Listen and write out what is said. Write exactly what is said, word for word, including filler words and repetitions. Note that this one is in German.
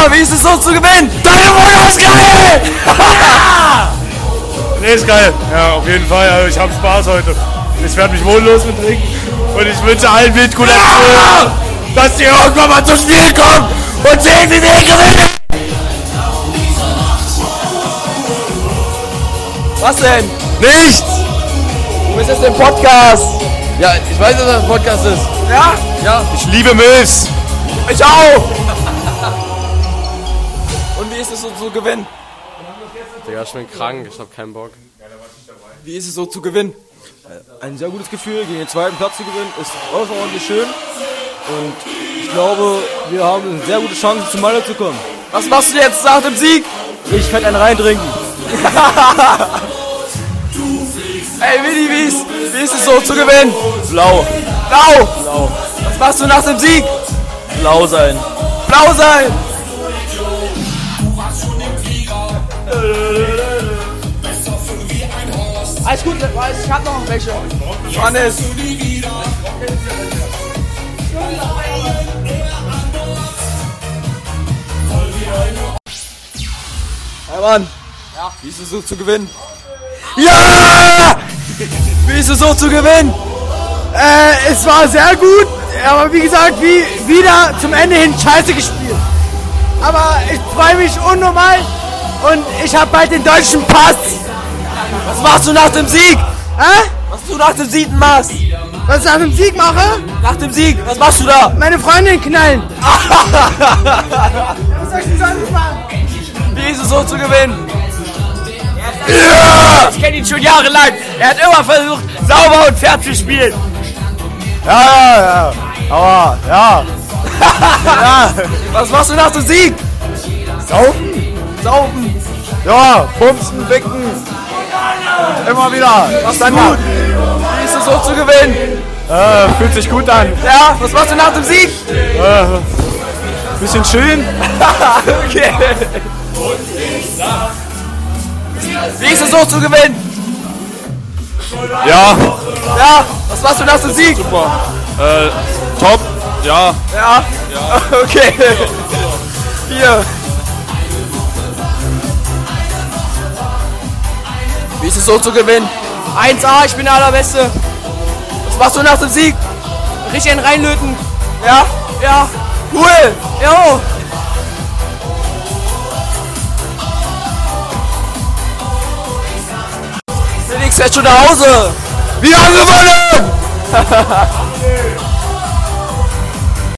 Ja, wie ist es so zu gewinnen? Deine Mutter ist geil! Nee, ist geil. Ja, auf jeden Fall. Also ich habe Spaß heute. Ich werde mich wohllos mit trinken. Und ich wünsche allen Wildkuhlern, ja! dass die irgendwann mal zum Spiel kommen und sehen, wie wir gewinnen. Was denn? Nichts! Du bist jetzt im Podcast. Ja, ich weiß, dass das ein Podcast ist. Ja? Ja. Ich liebe Mills. Ich auch. Und wie ist es so zu gewinnen? Digga, ich bin krank, ich hab keinen Bock. Wie ist es so zu gewinnen? Ein sehr gutes Gefühl, gegen den zweiten Platz zu gewinnen, ist außerordentlich schön. Und ich glaube, wir haben eine sehr gute Chance, zum Malle zu kommen. Was machst du jetzt nach dem Sieg? Ich fett einen reintrinken. Ey, Willi, wie ist, wie ist es so zu gewinnen? Blau. Blau! Blau. Was machst du nach dem Sieg? Blau sein. Blau sein! Alles gut, ich hab noch welche. Hannes! Hey Mann! Ja. Wie ist es so zu gewinnen? Ja! Wie ist es so zu gewinnen? Äh, es war sehr gut, aber wie gesagt, wie wieder zum Ende hin scheiße gespielt. Aber ich freue mich unnormal und ich habe bald den deutschen Pass. Was machst du nach dem Sieg? Hä? Was du nach dem Sieg machst? Was ich nach dem Sieg mache? Nach dem Sieg, was machst du da? Meine Freundin knallen. Was soll ich denn sonst machen? Wie ist es so zu gewinnen? Ja! Ich kenne ihn schon jahrelang. Er hat immer versucht, sauber und fair zu spielen. Ja, ja, ja. Aber, ja. Ja. Was machst du nach dem Sieg? Saufen? Saufen. Ja, bumsen, dicken. Immer wieder. Was dann gut? Wie ist es so zu gewinnen? Äh, fühlt sich gut an. Ja, was machst du nach dem Sieg? Äh, bisschen schön. Okay. Wie ist es so zu gewinnen? Ja. Ja, was machst du nach dem Sieg? Super. Äh, top. Ja. Ja? Ja. Okay. Hier. Wie ist es so zu gewinnen? eins A, ich bin der Allerbeste. Was machst du nach dem Sieg? Richtig einen reinlöten. Ja? Ja. Cool. Jo. Felix fährt schon nach Hause. Wir haben gewonnen!